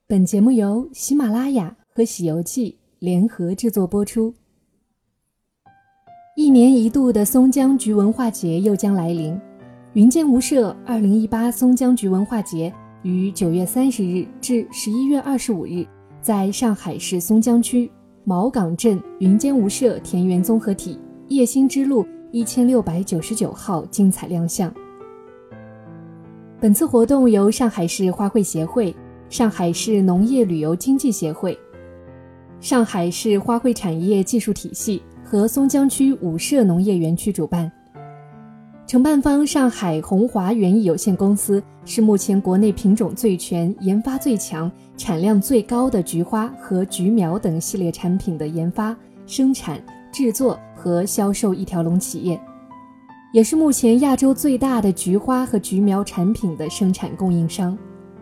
本节目由喜马拉雅和喜游记联合制作播出。一年一度的松江菊文化节又将来临，云间无社2018松江菊文化节于9月30日至11月25日在上海市松江区毛岗镇云间无社田园综合体叶兴之路1699号精彩亮相。本次活动由上海市花卉协会、上海市农业旅游经济协会、上海市花卉产业技术体系和松江区五社农业园区主办。承办方上海红华园艺有限公司是目前国内品种最全、研发最强、产量最高的菊花和菊苗等系列产品的研发、生产、制作和销售一条龙企业，也是目前亚洲最大的菊花和菊苗产品的生产供应商。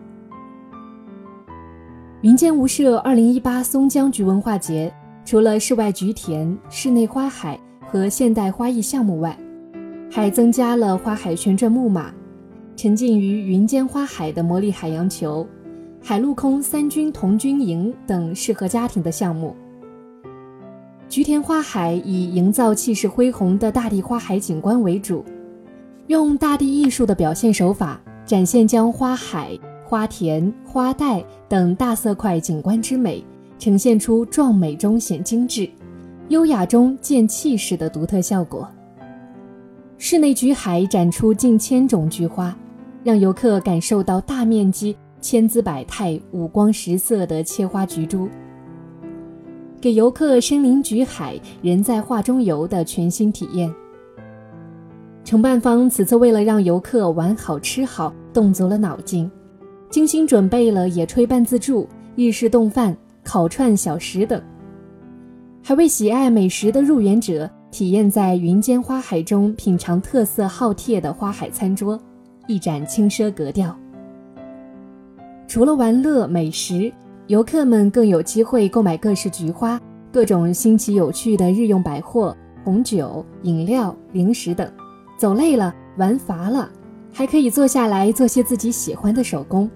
云间无社2018松江菊文化节除了室外菊田、室内花海和现代花艺项目外，还增加了花海旋转木马、沉浸于云间花海的魔力海洋球、海陆空三军童军营等适合家庭的项目。菊田花海以营造气势恢宏的大地花海景观为主，用大地艺术的表现手法展现将花海、花田、花带等大色块景观之美呈现出壮美中显精致、优雅中见气势的独特效果。室内菊海展出近千种菊花，让游客感受到大面积、千姿百态、五光十色的切花菊株，给游客身临菊海、人在画中游的全新体验。承办方此次为了让游客玩好吃好，动足了脑筋，精心准备了野炊半自助、日式冻饭、烤串小食等，还为喜爱美食的入园者体验在云间花海中品尝特色好贴的花海餐桌，一展轻奢格调。除了玩乐美食，游客们更有机会购买各式菊花、各种新奇有趣的日用百货、红酒、饮料、零食等。走累了、玩乏了，还可以坐下来做些自己喜欢的手工。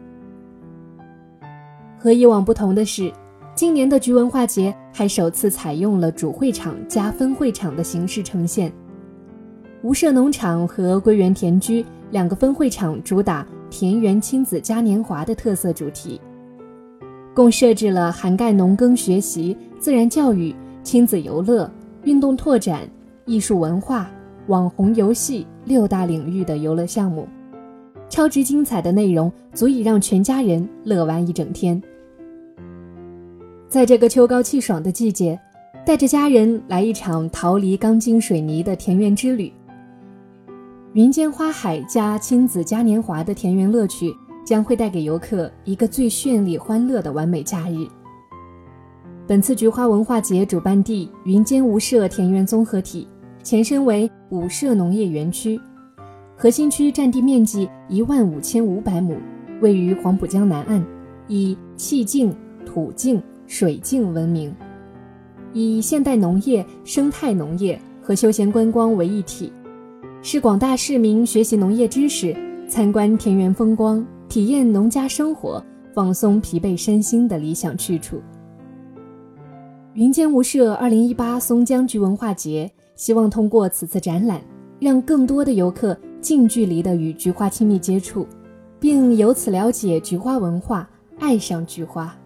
和以往不同的是，今年的菊文化节还首次采用了主会场加分会场的形式呈现。无社农场和归园田居两个分会场主打田园亲子嘉年华的特色主题，共设置了涵盖农耕学习、自然教育、亲子游乐、运动拓展、艺术文化、网红游戏6大领域的游乐项目，超值精彩的内容足以让全家人乐玩一整天。在这个秋高气爽的季节，带着家人来一场逃离钢筋水泥的田园之旅。云间花海加亲子嘉年华的田园乐趣将会带给游客一个最绚丽欢乐的完美假日。本次菊花文化节主办地云间无社田园综合体前身为五社农业园区，核心区占地面积15500亩，位于黄浦江南岸，以气境、土境、水境闻名，以现代农业、生态农业和休闲观光为一体，是广大市民学习农业知识、参观田园风光、体验农家生活、放松疲惫身心的理想去处。云间无社2018松江菊文化节希望通过此次展览，让更多的游客近距离地与菊花亲密接触，并由此了解菊花文化，爱上菊花。